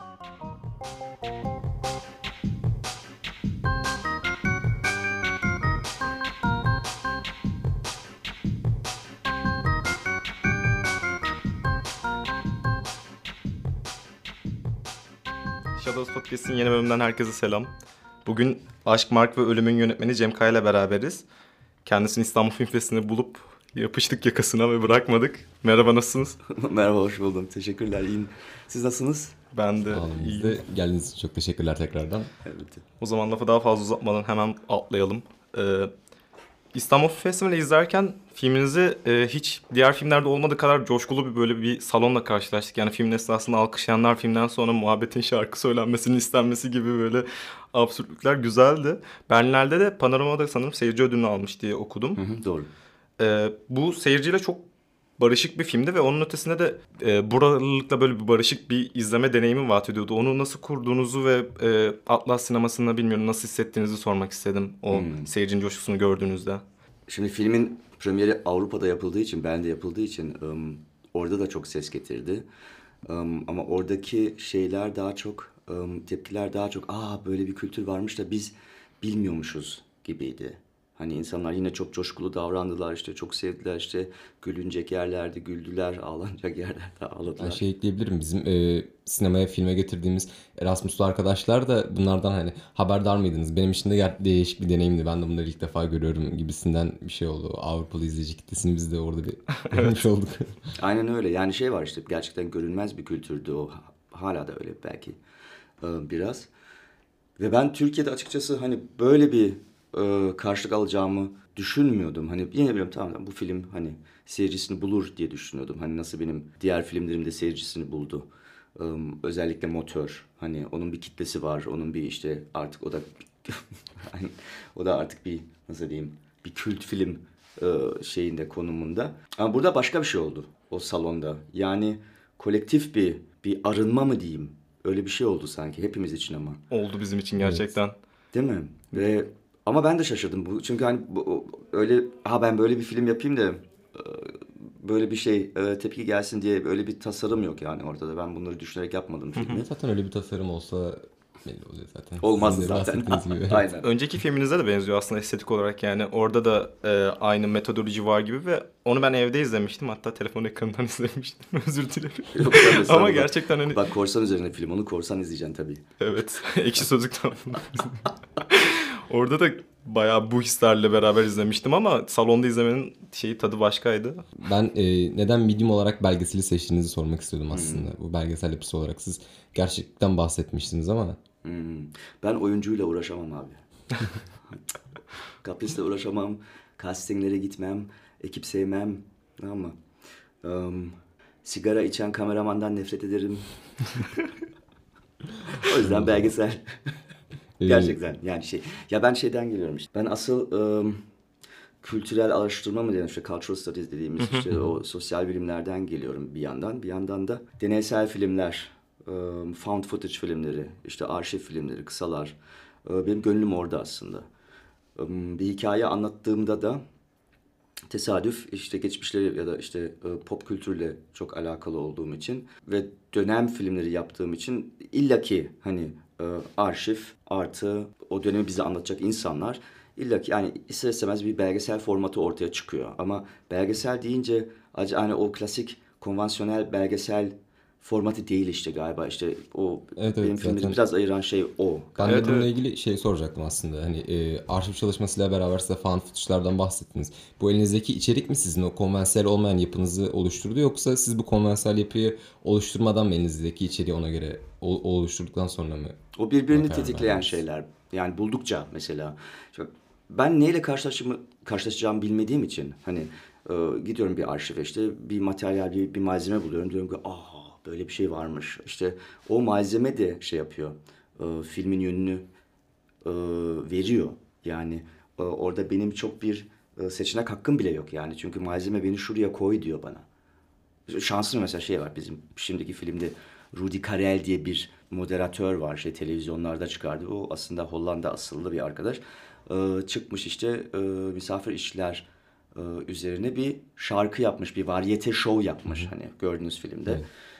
Shadows Podcast'in yeni bölümünden herkese selam. Bugün Aşk, Mark ve Ölüm'ün yönetmeni Cem Kaya ile beraberiz. Kendisini İstanbul Film Festivali'nde bulup yapıştık yakasına ve bırakmadık. Merhaba, nasılsınız? Merhaba, hoş buldum. Teşekkürler, iyiyim. Siz nasılsınız? Ben de Biz iyiyim. de geldiğiniz için çok teşekkürler tekrardan. Evet. O zaman lafı daha fazla uzatmadan hemen atlayalım. İstanbul Film Festivali izlerken filminizi hiç diğer filmlerde olmadığı kadar coşkulu böyle bir salonla karşılaştık. Yani filmin esnasında alkışlayanlar, filmden sonra muhabbetin şarkı söylenmesinin istenmesi gibi böyle absürtlükler güzeldi. Berlinler'de de Panorama'da sanırım seyirci ödülünü almış diye okudum. Doğru. Bu seyirciyle çok barışık bir filmdi ve onun ötesinde de buralıkla böyle bir barışık bir izleme deneyimi vaat ediyordu. Onu nasıl kurduğunuzu ve Atlas sinemasında bilmiyorum nasıl hissettiğinizi sormak istedim o seyircinin coşkusunu gördüğünüzde. Şimdi filmin premieri Avrupa'da yapıldığı için, Berlin'de yapıldığı için orada da çok ses getirdi. Ama oradaki şeyler daha çok, tepkiler daha çok, böyle bir kültür varmış da biz bilmiyormuşuz gibiydi. Hani insanlar yine çok coşkulu davrandılar, işte çok sevdiler, işte gülünecek yerlerde güldüler, ağlanacak yerlerde ağladılar. Ben şey ekleyebilirim. Bizim sinemaya filme getirdiğimiz Erasmus'lu arkadaşlar da bunlardan hani haberdar mıydınız? Benim için de değişik bir deneyimdi. Ben de bunları ilk defa görüyorum gibisinden bir şey oldu. Avrupalı izleyici kitlesini biz de orada bir görmüş olduk. Aynen öyle. Yani şey var işte gerçekten görülmez bir kültürdü o. Hala da öyle belki biraz. Ve ben Türkiye'de açıkçası hani böyle bir karşılık alacağımı düşünmüyordum. Hani yine biliyorum tamam bu film hani seyircisini bulur diye düşünüyordum. Hani nasıl benim diğer filmlerimde seyircisini buldu. Özellikle Motor. Hani onun bir kitlesi var. Onun bir işte artık o da hani o da artık bir nasıl diyeyim bir kült film şeyinde konumunda. Ama burada başka bir şey oldu o salonda. Yani kolektif bir arınma mı diyeyim? Öyle bir şey oldu sanki hepimiz için ama. Oldu bizim için gerçekten. Değil mi? Ve ama ben de şaşırdım bu. Çünkü hani öyle ben böyle bir film yapayım da böyle bir şey tepki gelsin diye öyle bir tasarım yok yani ortada. Ben bunları düşünerek yapmadım filmi. Zaten öyle bir tasarım olsa belli oluyor zaten. Olmazdı Sizin de zaten. bahsettiğiniz gibi. Aynen. Önceki filminizde de benziyor aslında estetik olarak yani. Orada da aynı metodoloji var gibi ve onu ben evde izlemiştim. Hatta telefon ekranından izlemiştim. Özür dilerim. Yok, tabii, Ama bak- gerçekten hani... Bak korsan üzerine film. Onu korsan izleyeceksin tabii. Evet. Ekşi Sözlük'ten. Orada da bayağı bu hislerle beraber izlemiştim ama salonda izlemenin tadı başkaydı. Ben neden medium olarak belgeseli seçtiğinizi sormak istiyordum aslında. Bu belgesel yapısı olarak siz gerçekten bahsetmiştiniz ama. Ben oyuncuyla uğraşamam abi. Kaprisle uğraşamam. Castinglere gitmem. Ekip sevmem. Ama sigara içen kameramandan nefret ederim. O yüzden belgesel. Gerçekten yani Ya ben şeyden geliyorum işte. Ben asıl kültürel araştırma mı diyelim işte cultural studies dediğimiz işte o sosyal bilimlerden geliyorum bir yandan. Bir yandan da deneysel filmler, found footage filmleri, işte arşiv filmleri, kısalar. Benim gönlüm orada aslında. Bir hikaye anlattığımda da tesadüf işte geçmişleri ya da işte pop kültürle çok alakalı olduğum için ve dönem filmleri yaptığım için illaki hani arşiv artı o dönemi bize anlatacak insanlar illaki yani ister istemez bir belgesel formatı ortaya çıkıyor. Ama belgesel deyince hani o klasik konvansiyonel belgesel formatı değil işte galiba işte o Evet, benim filmleri zaten. biraz ayıran şey o. Ben Evet, de bununla evet. ilgili şey soracaktım aslında. Hani arşiv çalışmasıyla beraber size found footage'lardan bahsettiniz. Bu elinizdeki içerik mi sizin o konvansiyel olmayan yapınızı oluşturdu yoksa siz bu konvansiyel yapıyı oluşturmadan mı elinizdeki içeriği ona göre oluşturduktan sonra mı? O birbirini Karar tetikleyen verdiniz. şeyler. Yani buldukça mesela. Ben neyle karşılaşacağımı bilmediğim için hani gidiyorum bir arşive işte bir materyal bir malzeme buluyorum. Diyorum ki böyle bir şey varmış. İşte o malzeme de şey yapıyor. Filmin yönünü veriyor. Yani orada benim çok bir seçenek hakkım bile yok yani. Çünkü malzeme beni şuraya koy diyor bana. Şanslı mesela şey var bizim şimdiki filmde Rudi Carrell diye bir moderatör var televizyonlarda çıkardı. O aslında Hollanda asıllı bir arkadaş. Çıkmış işte misafir işler üzerine bir şarkı yapmış, bir varyete show yapmış hani gördüğünüz filmde. Evet.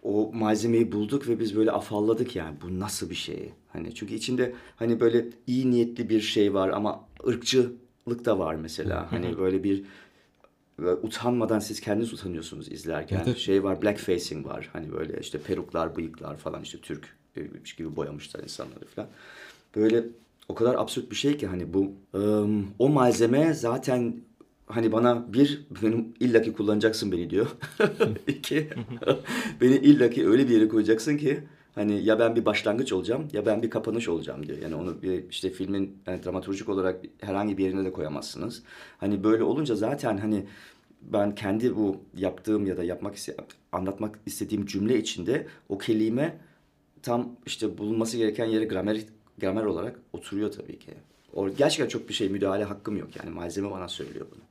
o malzemeyi bulduk ve biz böyle afalladık yani bu nasıl bir şey? Hani çünkü içinde hani böyle iyi niyetli bir şey var ama ırkçılık da var mesela. Hani böyle bir utanmadan siz kendiniz utanıyorsunuz izlerken. Evet, evet. Şey var, blackfacing var. Hani böyle işte peruklar, bıyıklar falan işte Türk gibi boyamışlar insanları falan. Böyle o kadar absürt bir şey ki hani bu o malzeme zaten hani bana bir benim illaki kullanacaksın beni diyor. İki beni illaki öyle bir yere koyacaksın ki hani ya ben bir başlangıç olacağım ya ben bir kapanış olacağım diyor. Yani onu bir işte filmin yani dramaturjik olarak herhangi bir yerine de koyamazsınız. Hani böyle olunca zaten hani ben kendi bu yaptığım ya da anlatmak istediğim cümle içinde o kelime tam işte bulunması gereken yere gramer olarak oturuyor tabii ki. Gerçekten çok bir şey müdahale hakkım yok yani malzeme bana söylüyor bunu.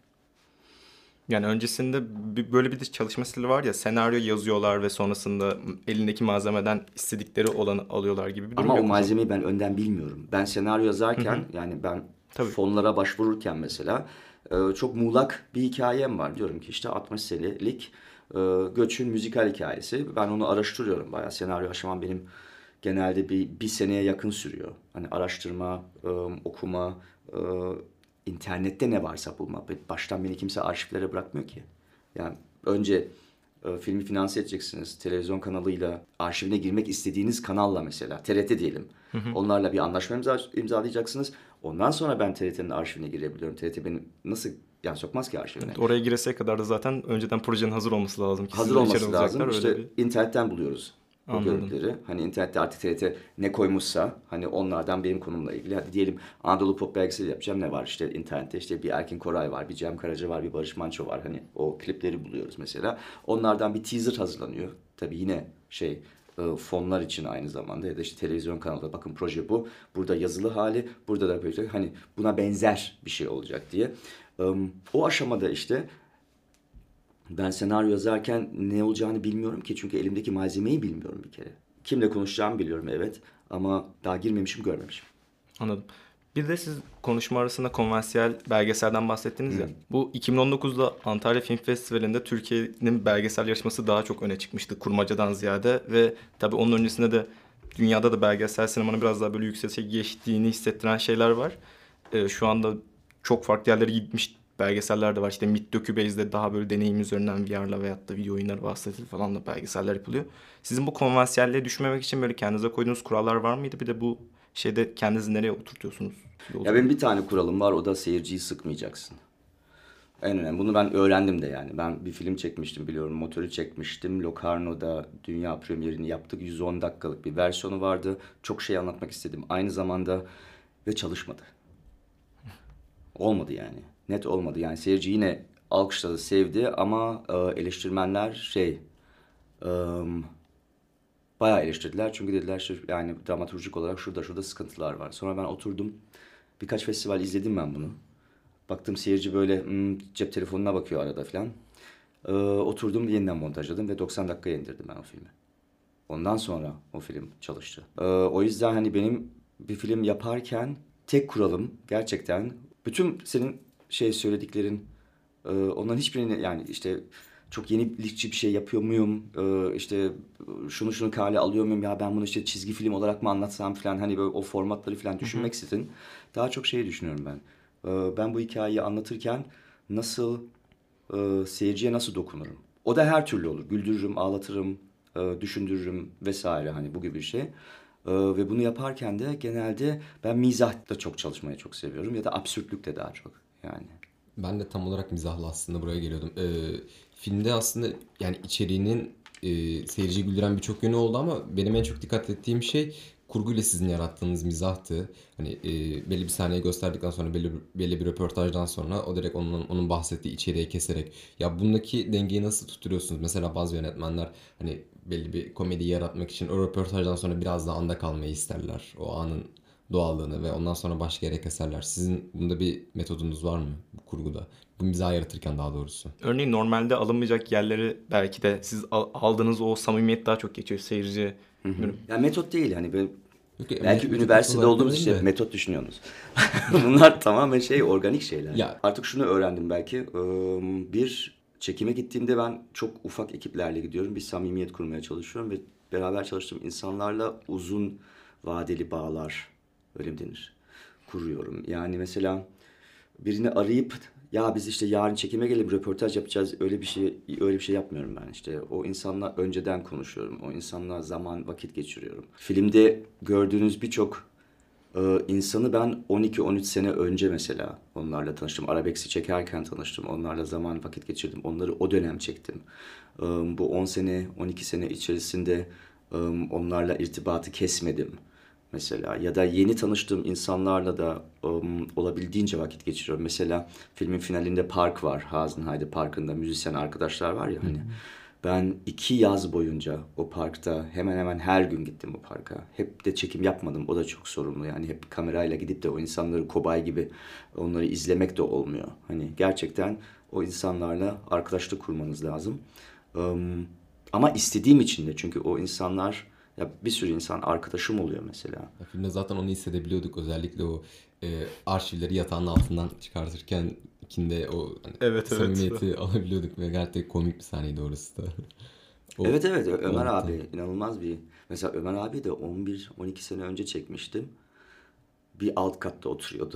Yani öncesinde böyle bir de çalışma stili var ya, senaryo yazıyorlar ve sonrasında elindeki malzemeden istedikleri olanı alıyorlar gibi bir durum Ama o yok o zaman. malzemeyi ben önden bilmiyorum. Ben senaryo yazarken yani ben Tabii. fonlara başvururken mesela çok muğlak bir hikayem var. Diyorum ki işte 60 senelik göçün müzikal hikayesi. Ben onu araştırıyorum bayağı. Senaryo aşamam benim genelde bir seneye yakın sürüyor. Hani araştırma, okuma, e, internette ne varsa bulma. Baştan beni kimse arşivlere bırakmıyor ki. Yani önce filmi finanse edeceksiniz. Televizyon kanalıyla arşivine girmek istediğiniz kanalla mesela TRT diyelim. Onlarla bir anlaşma imzalayacaksınız. Ondan sonra ben TRT'nin arşivine girebiliyorum. TRT beni nasıl yani sokmaz ki arşivine. Evet, oraya giresek kadar da zaten önceden projenin hazır olması lazım ki Hazır sizi içeri olması lazım. alacaklar. İşte Öyle bir internetten buluyoruz o anladım. görüntüleri. Hani internette artık TRT ne koymuşsa hani onlardan benim konumla ilgili. Hadi diyelim Anadolu Pop belgeseli yapacağım. Ne var işte internette işte bir Erkin Koray var, bir Cem Karaca var, bir Barış Manço var. Hani o klipleri buluyoruz mesela. Onlardan bir teaser hazırlanıyor. Tabii yine fonlar için aynı zamanda ya da işte televizyon kanalında bakın proje bu. Burada yazılı hali, burada da böyle hani buna benzer bir şey olacak diye. O aşamada işte ben senaryo yazarken ne olacağını bilmiyorum ki çünkü elimdeki malzemeyi bilmiyorum bir kere. Kimle konuşacağımı biliyorum evet ama daha girmemişim görmemişim. Anladım. Bir de siz konuşma arasında konvansiyel belgeselden bahsettiniz ya. Bu 2019'da Antalya Film Festivali'nde Türkiye'nin belgesel yarışması daha çok öne çıkmıştı kurmacadan ziyade ve tabii onun öncesinde de dünyada da belgesel sinemanın biraz daha böyle yükselişe geçtiğini hissettiren şeyler var. Şu anda çok farklı yerlere gitmiş belgeseller de var. İşte Meet Docubase'de daha böyle deneyim üzerinden VR'la veyahut da video oyunları vasıtasıyla falan da belgeseller yapılıyor. Sizin bu konvansiyelliğe düşmemek için böyle kendinize koyduğunuz kurallar var mıydı? Bir de bu şeyde kendinizi nereye oturtuyorsunuz? Ya benim bir tane kuralım var o da seyirciyi sıkmayacaksın. En önemli. Bunu ben öğrendim de yani. Ben bir film çekmiştim biliyorum. Motor'u çekmiştim. Locarno'da dünya premierini yaptık. 110 dakikalık bir versiyonu vardı. Çok şey anlatmak istedim. Aynı zamanda ve çalışmadı. Olmadı yani. Net olmadı. Yani seyirci yine alkışladı, sevdi ama eleştirmenler e, bayağı eleştirdiler. Çünkü dediler işte yani dramaturjik olarak şurada sıkıntılar var. Sonra ben oturdum. Birkaç festival izledim ben bunu. Baktım seyirci böyle cep telefonuna bakıyor arada falan. Oturdum yeniden montajladım ve 90 dakikaya indirdim ben o filmi. Ondan sonra o film çalıştı. O yüzden hani benim bir film yaparken tek kuralım gerçekten bütün senin söylediklerin onların hiçbirini yani işte çok yenilikçi bir şey yapıyor muyum? İşte şunu kale alıyor muyum? Ya ben bunu işte çizgi film olarak mı anlatsam falan hani böyle o formatları falan düşünmeksizin daha çok şey düşünüyorum ben. Ben bu hikayeyi anlatırken nasıl seyirciye nasıl dokunurum? O da her türlü olur. Güldürürüm, ağlatırım, düşündürürüm vesaire hani bu gibi bir şey. Ve bunu yaparken de genelde ben mizahla çok çalışmayı çok seviyorum ya da absürtlükle daha çok yani. Ben de tam olarak mizahla aslında buraya geliyordum. Filmde aslında yani içeriğinin seyirciyi güldüren birçok yönü oldu ama benim en çok dikkat ettiğim şey kurguyla sizin yarattığınız mizahtı. Hani belli bir sahneyi gösterdikten sonra belli bir röportajdan sonra o direkt onun bahsettiği içeriği keserek ya bundaki dengeyi nasıl tutturuyorsunuz? Mesela bazı yönetmenler hani belli bir komedi yaratmak için o röportajdan sonra biraz da anda kalmayı isterler. O anın doğallığını ve ondan sonra başka yere keserler. Sizin bunda bir metodunuz var mı bu kurguda? Bu mizahı yaratırken daha doğrusu. Örneğin normalde alınmayacak yerleri belki de siz aldığınız o samimiyet daha çok geçiyor seyirci. Yani metot değil hani böyle Yok, belki metot üniversitede olarak olduğunuz demedim işte de. metot düşünüyorsunuz. Bunlar tamamen organik şeyler. Ya Artık şunu öğrendim belki. Bir çekime gittiğimde ben çok ufak ekiplerle gidiyorum. Bir samimiyet kurmaya çalışıyorum ve beraber çalıştığım insanlarla uzun vadeli bağlar, öyle mi denir, kuruyorum. Yani mesela birini arayıp ya biz işte yarın çekime gelip röportaj yapacağız, öyle bir şey yapmıyorum ben. İşte o insanla önceden konuşuyorum. O insanla zaman vakit geçiriyorum. Filmde gördüğünüz birçok insanı ben 12-13 sene önce mesela onlarla tanıştım. Arabex'i çekerken tanıştım. Onlarla zaman vakit geçirdim. Onları o dönem çektim. Bu 10 sene, 12 sene içerisinde onlarla irtibatı kesmedim mesela. Ya da yeni tanıştığım insanlarla da olabildiğince vakit geçiriyorum. Mesela filmin finalinde park var. Hasenheide Parkı'nda müzisyen arkadaşlar var ya hani. Ben 2 yaz boyunca o parkta hemen hemen her gün gittim o parka. Hep de çekim yapmadım. O da çok sorumlu. Yani hep kamerayla gidip de o insanları kobay gibi onları izlemek de olmuyor. Hani gerçekten o insanlarla arkadaşlık kurmanız lazım. Ama istediğim için de, çünkü o insanlar, ya bir sürü insan arkadaşım oluyor mesela. Ya filmde zaten onu hissedebiliyorduk. Özellikle o arşivleri yatağın altından çıkartırken ikinde o hani, Evet, evet. samimiyeti alabiliyorduk ve gerçekten komik bir sahneydi orası da. O, Evet, evet, Ömer o- abi inanılmaz bir. Mesela Ömer abi de 11-12 sene önce çekmiştim. Bir alt katta oturuyordu.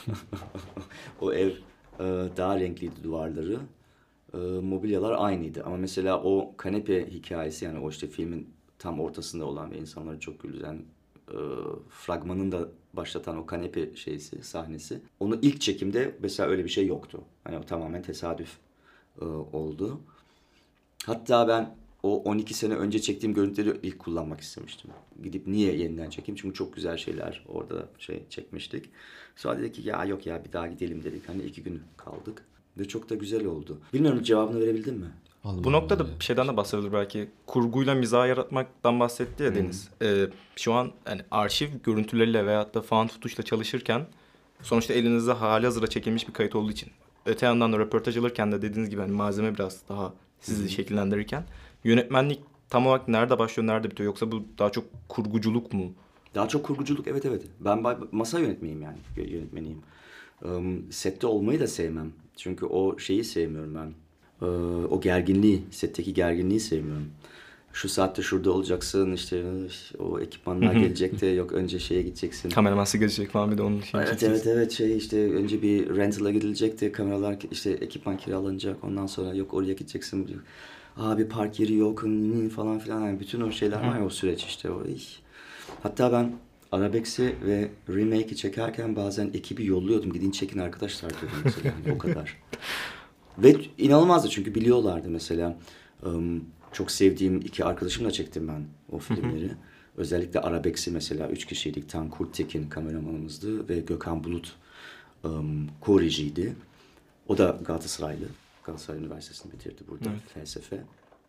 O ev daha renkliydi duvarları. Mobilyalar aynıydı. Ama mesela o kanepe hikayesi, yani o işte filmin tam ortasında olan ve insanları çok güldüren fragmanın da başlatan o kanepe sahnesi. Onu ilk çekimde mesela öyle bir şey yoktu. Hani o tamamen tesadüf oldu. Hatta ben o 12 sene önce çektiğim görüntüleri ilk kullanmak istemiştim. Gidip niye yeniden çekeyim? Çünkü çok güzel şeyler orada çekmiştik. Sonra dedik ki ya yok ya bir daha gidelim dedik. Hani 2 gün kaldık. Ve çok da güzel oldu. Bilmiyorum, cevabını verebildim mi? Allah Bu noktada Allah. bir şeyden de bahsedilir belki. Kurguyla mizah yaratmaktan bahsetti ya Deniz. Şu an hani arşiv görüntüleriyle veyahut da found footage'la çalışırken sonuçta elinizde halihazırda çekilmiş bir kayıt olduğu için. Öte yandan da röportaj alırken de dediğiniz gibi hani malzeme biraz daha sizi şekillendirirken yönetmenlik tam olarak nerede başlıyor, nerede bitiyor? Yoksa bu daha çok kurguculuk mu? Daha çok kurguculuk, evet, evet. Ben masa yönetmeniyim yani. Yönetmeniyim. Sette olmayı da sevmem. Çünkü o şeyi sevmiyorum ben. O gerginliği, setteki gerginliği sevmiyorum. Şu saatte şurada olacaksın, işte o ekipmanlar gelecek de yok önce şeye gideceksin. Kameraman gelecek falan bir de onun şeyini Evet, çekeceğiz. evet, evet, işte önce bir rental'a gidilecek de kameralar, işte ekipman kiralanacak, ondan sonra yok oraya gideceksin, abi park yeri yok falan filan, yani bütün o şeyler var ya, o süreç işte o iş. Hatta ben Arabex'i ve Remake'i çekerken bazen ekibi yolluyordum, gidin çekin arkadaşlar diyordum mesela. Yani o kadar. Ve inanılmazdı çünkü biliyorlardı mesela. Çok sevdiğim 2 arkadaşımla çektim ben o filmleri. Özellikle Arabex'i mesela 3 kişiydik. Tan Kurttekin kameramanımızdı ve Gökhan Bulut ko-rejiydi. O da Galatasaraylı. Galatasaray Üniversitesi'ni bitirdi burada, felsefe.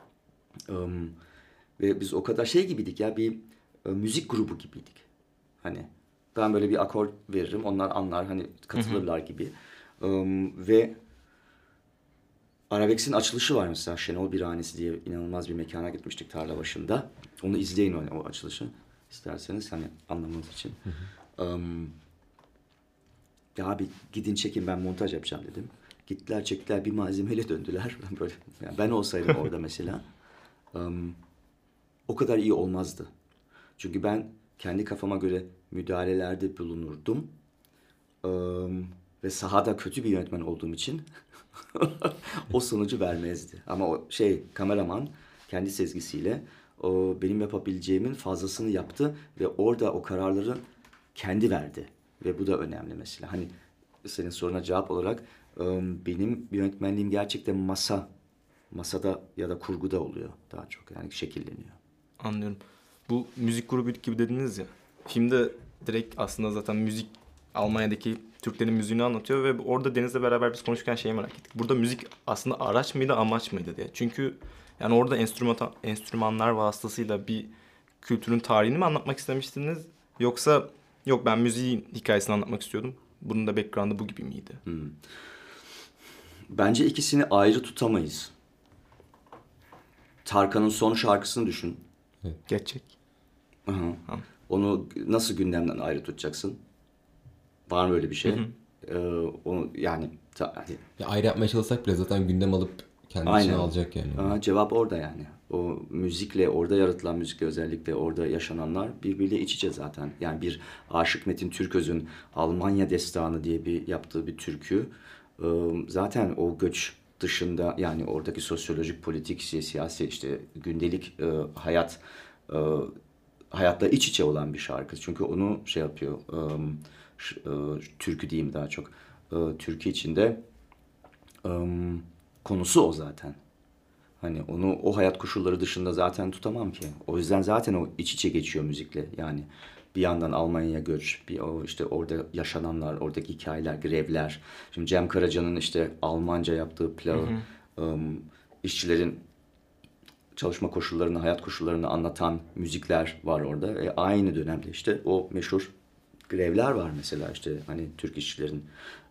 Ve biz o kadar şey gibiydik ya, bir müzik grubu gibiydik. Hani ben böyle bir akor veririm, onlar anlar, hani katılırlar gibi. Ve Arabex'in açılışı var mesela, Şenol Birhanesi diye inanılmaz bir mekana gitmiştik tarla başında. Onu izleyin, o açılışı isterseniz, hani anlamanız için. Ya abi gidin çekin, ben montaj yapacağım dedim. Gittiler çektiler, bir malzemeyle döndüler. Ben böyle, yani ben olsaydım orada mesela o kadar iyi olmazdı. Çünkü ben kendi kafama göre müdahalelerde bulunurdum. Ve sahada kötü bir yönetmen olduğum için o sonucu vermezdi. Ama o kameraman kendi sezgisiyle o benim yapabileceğimin fazlasını yaptı ve orada o kararları kendi verdi. Ve bu da önemli mesela. Hani senin soruna cevap olarak benim yönetmenliğim gerçekten masada ya da kurguda oluyor daha çok, yani şekilleniyor. Anlıyorum. Bu müzik grubu gibi dediniz ya. Filmde direkt aslında zaten müzik Almanya'daki Türklerin müziğini anlatıyor ve orada Deniz'le beraber biz konuşurken şeyi merak ettik. Burada müzik aslında araç mıydı, amaç mıydı diye. Çünkü yani orada enstrümanlar vasıtasıyla bir kültürün tarihini mi anlatmak istemiştiniz? Yoksa yok ben müziğin hikayesini anlatmak istiyordum. Bunun da background'ı bu gibi miydi? Bence ikisini ayrı tutamayız. Tarkan'ın son şarkısını düşün. Gerçek. Aha. Onu nasıl gündemden ayrı tutacaksın? Var mı öyle bir şey? Onu yani Ya ayrı yapmaya çalışsak bile zaten gündem alıp kendi içine Aynen. alacak yani. Cevap orada yani. O müzikle, orada yaratılan müzikle, özellikle orada yaşananlar birbiriyle iç içe zaten. Yani bir Aşık Metin Türköz'ün Almanya Destanı diye yaptığı bir türkü. Zaten o göç dışında, yani oradaki sosyolojik, politik, siyasi, işte gündelik e, hayatla iç içe olan bir şarkı. Çünkü onu şey yapıyor, türkü diyeyim daha çok. Türkü içinde konusu o zaten. Hani onu o hayat koşulları dışında zaten tutamam ki. O yüzden zaten o iç içe geçiyor müzikle. Yani bir yandan Almanya'ya göç, bir o işte orada yaşananlar, oradaki hikayeler, grevler. Şimdi Cem Karaca'nın işte Almanca yaptığı plağı, işçilerin çalışma koşullarını, hayat koşullarını anlatan müzikler var orada. Aynı dönemde işte o meşhur grevler var mesela, işte hani Türk işçilerin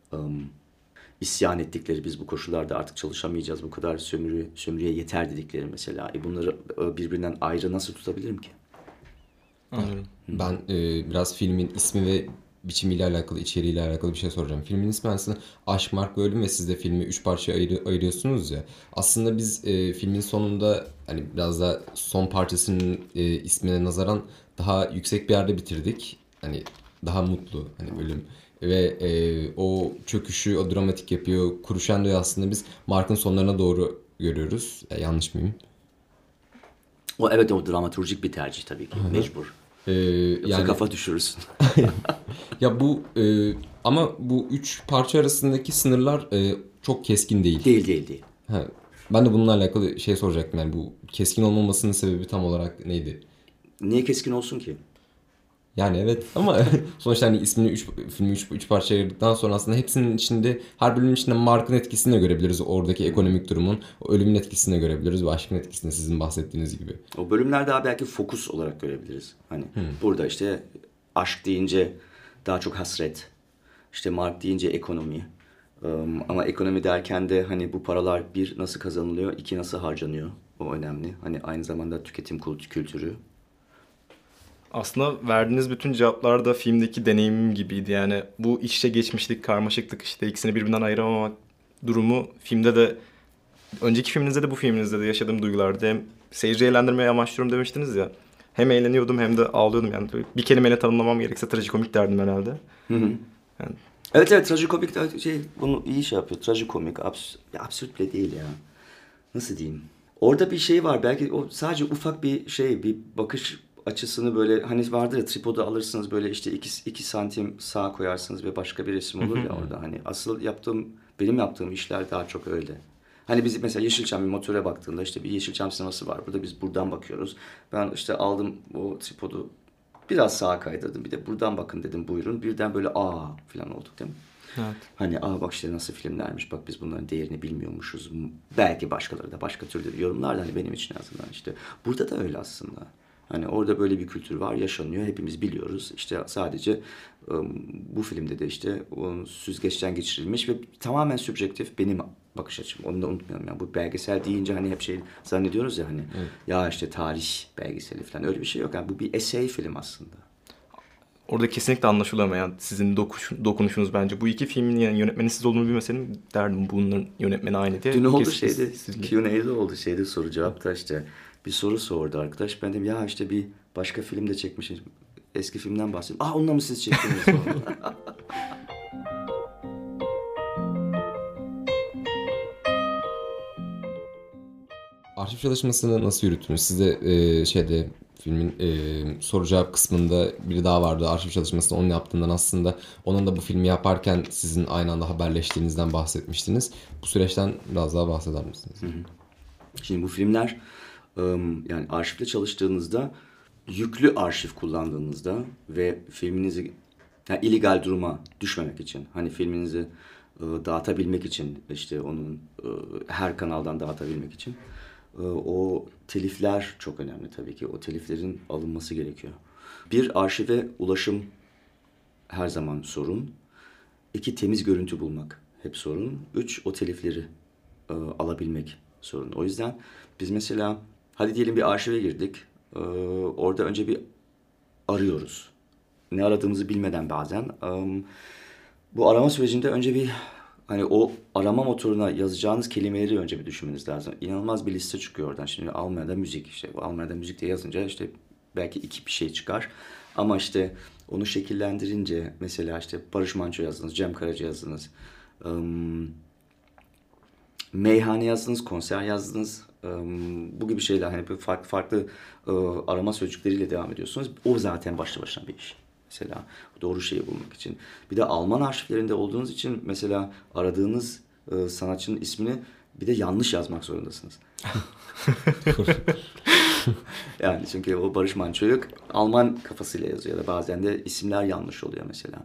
isyan ettikleri, biz bu koşullarda artık çalışamayacağız, bu kadar sömürüye yeter dedikleri mesela. Bunları birbirinden ayrı nasıl tutabilirim ki? Anlıyorum. Ben biraz filmin ismi ve biçimiyle alakalı, içeriğiyle alakalı bir şey soracağım. Filmin ismi aslında Aşk, Mark ve Ölüm ve siz de filmi 3 parçaya ayırıyorsunuz ya. Aslında biz filmin sonunda hani biraz da son parçasının ismine nazaran daha yüksek bir yerde bitirdik. Hani daha mutlu, hani ölüm. Ve o çöküşü, o dramatik yapıyor. Crescendo'yu aslında biz Mark'ın sonlarına doğru görüyoruz. Yanlış mıyım? Evet, o dramaturjik bir tercih tabii ki. Mecbur. Yoksa Yani kafa düşürürsün. ya bu ama bu üç parça arasındaki sınırlar çok keskin değil. Değil. Ha, ben de bununla alakalı şey soracaktım, yani bu keskin olmamasının sebebi tam olarak neydi? Niye keskin olsun ki? Yani evet ama sonuçta hani filmi üç parçaya ayırdıktan sonra aslında hepsinin içinde, her bölümün içinde Mark'ın etkisini de görebiliriz. Oradaki ekonomik durumun, o ölümün etkisini de görebiliriz ve aşkın etkisini sizin bahsettiğiniz gibi. O bölümler daha belki fokus olarak görebiliriz. Hani burada işte aşk deyince daha çok hasret. İşte Mark deyince ekonomi. Ama ekonomi derken de hani bu paralar, bir, nasıl kazanılıyor, iki, nasıl harcanıyor. O önemli. Hani aynı zamanda tüketim kültürü. Aslında verdiğiniz bütün cevaplar da filmdeki deneyimim gibiydi. Yani bu iç içe geçmişlik, karmaşıklık, işte ikisini birbirinden ayıramamak durumu filmde de, önceki filminizde de bu filminizde de yaşadığım duygulardı. Hem seyirciyi eğlendirmeye amaçlıyorum demiştiniz ya. Hem eğleniyordum hem de ağlıyordum yani. Bir kelimeyle tanımlamam gerekse trajikomik derdim herhalde. Yani Evet, trajikomik de bunu iyi şey yapıyor. Trajikomik, absürt bile değil ya. Nasıl diyeyim? Orada bir şey var. Belki o sadece ufak bir şey, bir bakış açısını, böyle hani vardır ya, tripodu alırsınız, böyle işte iki santim sağa koyarsınız ve başka bir resim olur ya orada. Hani asıl benim yaptığım işler daha çok öyle. Hani biz mesela Yeşilçam bir motora baktığında, işte bir Yeşilçam sineması var burada, biz buradan bakıyoruz. Ben işte aldım o tripodu, biraz sağa kaydırdım, bir de buradan bakın dedim, buyurun. Birden böyle falan olduk değil mi? evet. Hani bak işte nasıl filmlermiş, bak biz bunların değerini bilmiyormuşuz. Belki başkaları da başka türlü yorumlar da, hani benim için en azından işte. Burada da öyle aslında. Hani orada böyle bir kültür var, yaşanıyor, hepimiz biliyoruz. İşte sadece bu filmde de işte o süzgeçten geçirilmiş ve tamamen subjektif benim bakış açım. Onu da unutmayalım. Yani bu belgesel deyince hani hep şey zannediyoruz ya, hani ya işte tarih belgeseli falan, öyle bir şey yok. Yani bu bir essay film aslında. Orada kesinlikle anlaşılamayan sizin dokunuşunuz bence. Bu iki filmin yani yönetmeni siz olduğunu bilmeseydim derdim bunların yönetmeni aynı diye. Dün oldu Kesin şeyde, Q&A'de oldu şeyde, soru cevapta işte bir soru sordu arkadaş. Ben dedim ya işte bir başka filmde çekmişim. Eski filmden bahsediyorum. Onunla mı siz çektiniz? Arşiv çalışmasını nasıl yürüttünüz? Siz de filmin soru cevap kısmında biri daha vardı. Arşiv çalışmasını onun yaptığından, aslında onun da bu filmi yaparken sizin aynı anda haberleştiğinizden bahsetmiştiniz. Bu süreçten biraz daha bahseder misiniz? Şimdi bu filmler, yani arşivle çalıştığınızda, yüklü arşiv kullandığınızda ve filminizi, yani illegal duruma düşmemek için, hani filminizi dağıtabilmek için, işte onun her kanaldan dağıtabilmek için o telifler çok önemli tabii ki. O teliflerin alınması gerekiyor. Bir, arşive ulaşım her zaman sorun. İki, temiz görüntü bulmak hep sorun. Üç, o telifleri alabilmek sorun. O yüzden biz mesela, hadi diyelim bir arşive girdik. Orada önce bir arıyoruz. Ne aradığımızı bilmeden bazen. Bu arama sürecinde önce bir hani o arama motoruna yazacağınız kelimeleri önce bir düşünmeniz lazım. İnanılmaz bir liste çıkıyor oradan. Şimdi Almanya'da müzik, işte bu Almanya'da müzik diye yazınca işte belki iki bir şey çıkar. Ama işte onu şekillendirince mesela işte Barış Manço yazdınız, Cem Karaca yazdınız, meyhane yazdınız, konser yazdınız. Bu gibi şeyler, hani böyle farklı farklı arama sözcükleriyle devam ediyorsunuz. O zaten başlı başına bir iş. Mesela doğru şeyi bulmak için. Bir de Alman arşivlerinde olduğunuz için mesela aradığınız sanatçının ismini bir de yanlış yazmak zorundasınız. Yani çünkü o Barış Manço'yu Alman kafasıyla yazıyor ya da bazen de isimler yanlış oluyor mesela.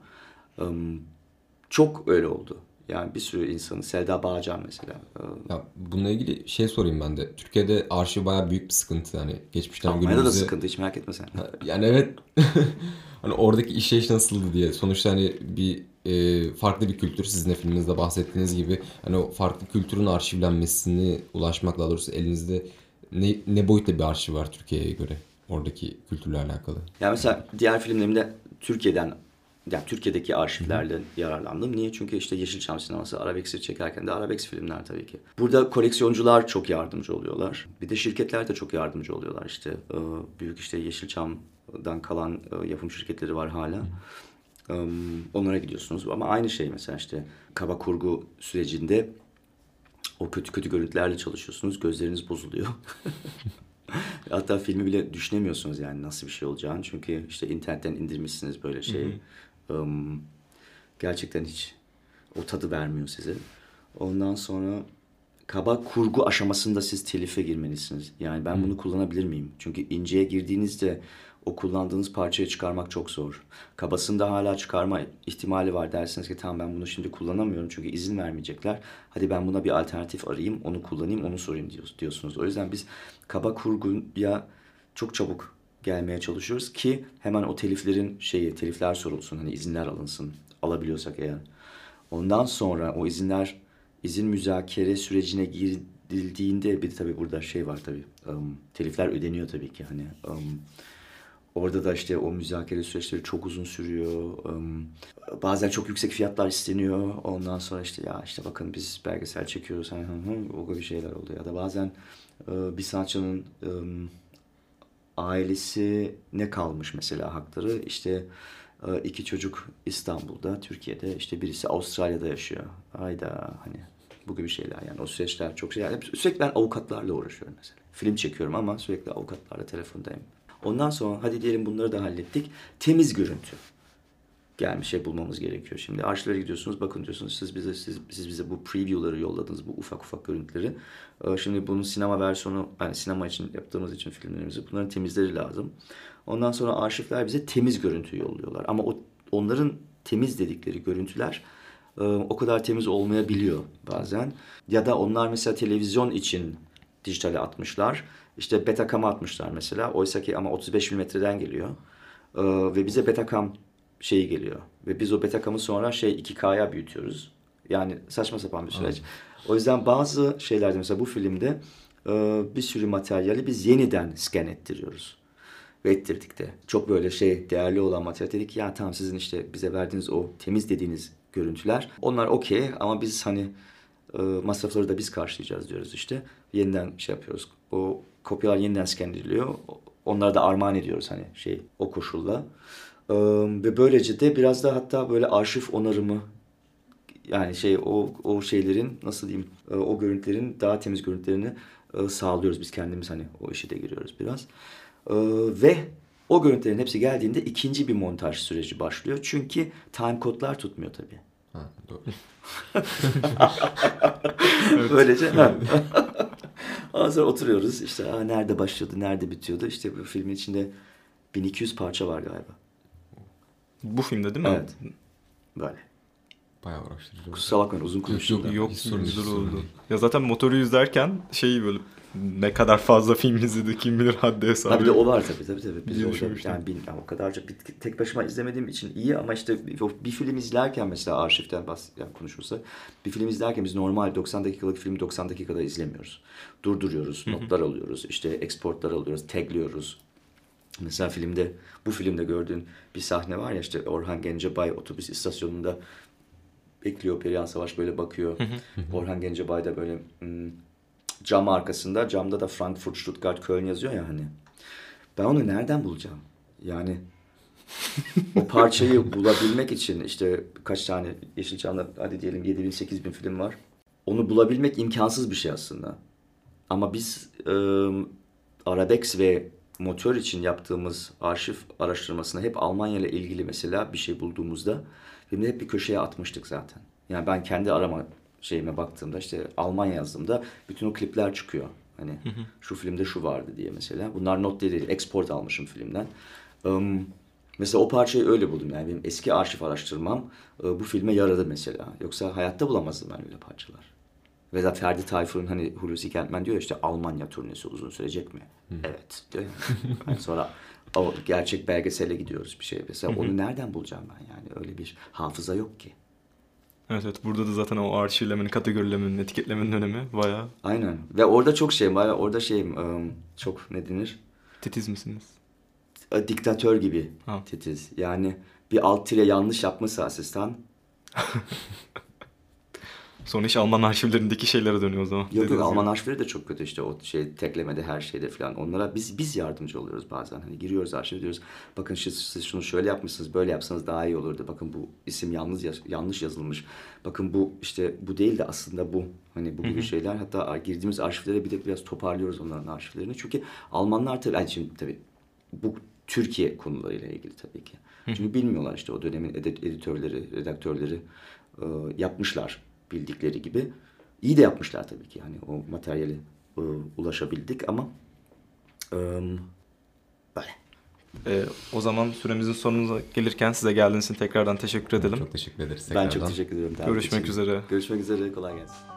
Çok öyle oldu. Yani bir sürü insanı, Selda Bağcan mesela. Ya bununla ilgili şey sorayım ben de. Türkiye'de arşiv bayağı büyük bir sıkıntı. Hani geçmişten Almanya'da da günümüze. sıkıntı, hiç merak etme sen. Yani evet. Hani oradaki işleyiş nasıldı diye. Sonuçta hani bir farklı bir kültür, sizin de filminizde bahsettiğiniz gibi, hani o farklı kültürün arşivlenmesini ulaşmak, daha doğrusu elinizde ne boyutta bir arşiv var Türkiye'ye göre oradaki kültürle alakalı. Yani mesela diğer filmlerimde Türkiye'deki arşivlerden yararlandım. Niye? Çünkü işte Yeşilçam sineması, Arabesk'i çekerken de Arabesk filmler tabii ki. Burada koleksiyoncular çok yardımcı oluyorlar. Bir de şirketler de çok yardımcı oluyorlar işte. Büyük işte Yeşilçam'dan kalan yapım şirketleri var hala. Onlara gidiyorsunuz. Ama aynı şey mesela işte kaba kurgu sürecinde o kötü kötü görüntülerle çalışıyorsunuz. Gözleriniz bozuluyor. Hatta filmi bile düşünemiyorsunuz yani nasıl bir şey olacağını. Çünkü işte internetten indirmişsiniz böyle şey. Gerçekten hiç o tadı vermiyor size. Ondan sonra kaba kurgu aşamasında siz telife girmelisiniz. Yani ben bunu kullanabilir miyim? Çünkü inceye girdiğinizde o kullandığınız parçayı çıkarmak çok zor. Kabasında hala çıkarma ihtimali var. Dersiniz ki tamam, ben bunu şimdi kullanamıyorum çünkü izin vermeyecekler. Hadi ben buna bir alternatif arayayım, onu kullanayım, onu sorayım diyorsunuz. O yüzden biz kaba kurguya çok çabuk gelmeye çalışıyoruz ki hemen o telifler sorulsun. Hani izinler alınsın. Alabiliyorsak eğer. Ondan sonra o izin müzakere sürecine girildiğinde bir de tabii burada şey var tabii. Telifler ödeniyor tabii ki hani. Orada da işte o müzakere süreçleri çok uzun sürüyor. Bazen çok yüksek fiyatlar isteniyor. Ondan sonra işte ya işte bakın biz belgesel çekiyoruz. Hani, o gibi şeyler oluyor. Ya da bazen bir sanatçının ailesine kalmış mesela hakları. İşte iki çocuk İstanbul'da, Türkiye'de, işte birisi Avustralya'da yaşıyor. Hayda, hani bu gibi şeyler yani o süreçler çok şey. Yani sürekli ben avukatlarla uğraşıyorum mesela. Film çekiyorum ama sürekli avukatlarla telefondayım. Ondan sonra hadi diyelim bunları da hallettik. Temiz görüntü gelmiş şey bulmamız gerekiyor. Şimdi arşivlere gidiyorsunuz, bakın diyorsunuz siz bize bu preview'ları yolladınız, bu ufak ufak görüntüleri. Şimdi bunun sinema versiyonu, yani sinema için yaptığımız için filmlerimizi, bunların temizleri lazım. Ondan sonra arşivler bize temiz görüntü yolluyorlar. Ama onların temiz dedikleri görüntüler o kadar temiz olmayabiliyor bazen. Ya da onlar mesela televizyon için dijitale atmışlar. İşte Betacam'a atmışlar mesela. Oysa ki ama 35 milimetreden geliyor. Ve bize Betacam şeyi geliyor. Ve biz o Betacam'ı sonra 2K'ya büyütüyoruz. Yani saçma sapan bir süreç. O yüzden bazı şeylerde mesela bu filmde bir sürü materyali biz yeniden scan ettiriyoruz. Ve ettirdik de. Çok böyle değerli olan materyal dedik ya tamam, sizin işte bize verdiğiniz o temiz dediğiniz görüntüler, onlar okey ama biz hani masrafları da biz karşılayacağız diyoruz işte. Yeniden yapıyoruz. O kopyalar yeniden scan ediliyor. Onları da armağan ediyoruz hani o koşulla. Ve böylece de biraz da hatta böyle arşiv onarımı, yani o şeylerin nasıl diyeyim, o görüntülerin daha temiz görüntülerini sağlıyoruz biz kendimiz, hani o işe de giriyoruz biraz. Ve o görüntülerin hepsi geldiğinde ikinci bir montaj süreci başlıyor. Çünkü time kodlar tutmuyor tabii. Ha, doğru. Böylece ondan sonra oturuyoruz işte nerede başlıyordu, nerede bitiyordu. İşte bu filmin içinde 1200 parça var galiba. Bu filmde değil mi? Evet. Böyle. Bayağı uğraştırıcı. Kusura bakmayın uzun konuştum. Yok, Hiç sorun güzel değil, oldu. sorun değil. Ya zaten motoru izlerken böyle ne kadar fazla film izledi kim bilir, haddi hesabı. Ha bir de o var tabii. Biz diye orada düşünmüştüm. yani o kadarca tek başıma izlemediğim için iyi ama işte bir film izlerken mesela arşivden konuşursak, bir film izlerken biz normal 90 dakikalık filmi 90 dakikada izlemiyoruz. Durduruyoruz, notlar alıyoruz, işte exportlar alıyoruz, tagliyoruz. Mesela bu filmde gördüğün bir sahne var ya, işte Orhan Gencebay otobüs istasyonunda bekliyor. Perihan Savaş böyle bakıyor. Orhan Gencebay da böyle cam arkasında. Camda da Frankfurt, Stuttgart, Köln yazıyor ya hani. Ben onu nereden bulacağım? Yani o parçayı bulabilmek için işte kaç tane Yeşilçam'da hadi diyelim 7.000 8.000 film var. Onu bulabilmek imkansız bir şey aslında. Ama biz Arabex ve Motor için yaptığımız arşiv araştırmasına hep Almanya ile ilgili mesela bir şey bulduğumuzda filmde hep bir köşeye atmıştık zaten. Yani ben kendi arama şeyime baktığımda işte Almanya yazdığımda bütün o klipler çıkıyor. Hani şu filmde şu vardı diye mesela. Bunlar not değil, export almışım filmden. Mesela o parçayı öyle buldum. Yani benim eski arşiv araştırmam bu filme yaradı mesela. Yoksa hayatta bulamazdım ben öyle parçalar. Ve zaten Ferdi Tayfur'un hani Hulusi Kentmen diyor ya işte Almanya turnesi uzun sürecek mi? Evet diyor ya. Yani sonra o gerçek belgesele gidiyoruz bir şey. Mesela onu nereden bulacağım ben yani? Öyle bir hafıza yok ki. Evet, burada da zaten o arşivlemenin, kategorilemenin, etiketlemenin önemi bayağı Aynen. Ve orada çok şey var. Orada çok ne denir? titiz misiniz? Diktatör gibi Ha. titiz. Yani bir alt tire yanlış yapmışsa asistan. Sonra iş Alman arşivlerindeki şeylere dönüyor o zaman. Yok Dediğiniz Alman gibi. arşivleri de çok kötü işte o şey teklemede her şeyde falan. Onlara biz yardımcı oluyoruz bazen. Hani giriyoruz arşive diyoruz. Bakın siz şunu şöyle yapmışsınız, böyle yapsanız daha iyi olurdu. Bakın bu isim yanlış yazılmış. Bakın bu işte bu değil de aslında bu. Hani bu gibi şeyler. Hatta girdiğimiz arşivlere bir de biraz toparlıyoruz onların arşivlerini. Çünkü Almanlar tabii, yani şimdi tabii bu Türkiye konularıyla ilgili tabii ki. Çünkü bilmiyorlar işte o dönemin editörleri, redaktörleri yapmışlar bildikleri gibi. İyi de yapmışlar tabii ki. Yani o materyale ulaşabildik ama böyle. O zaman süremizin sonuna gelirken size geldiğiniz için tekrardan teşekkür edelim. Çok teşekkür ederiz Ben tekrardan. çok teşekkür ederim. Görüşmek üzere. Görüşmek üzere. Kolay gelsin.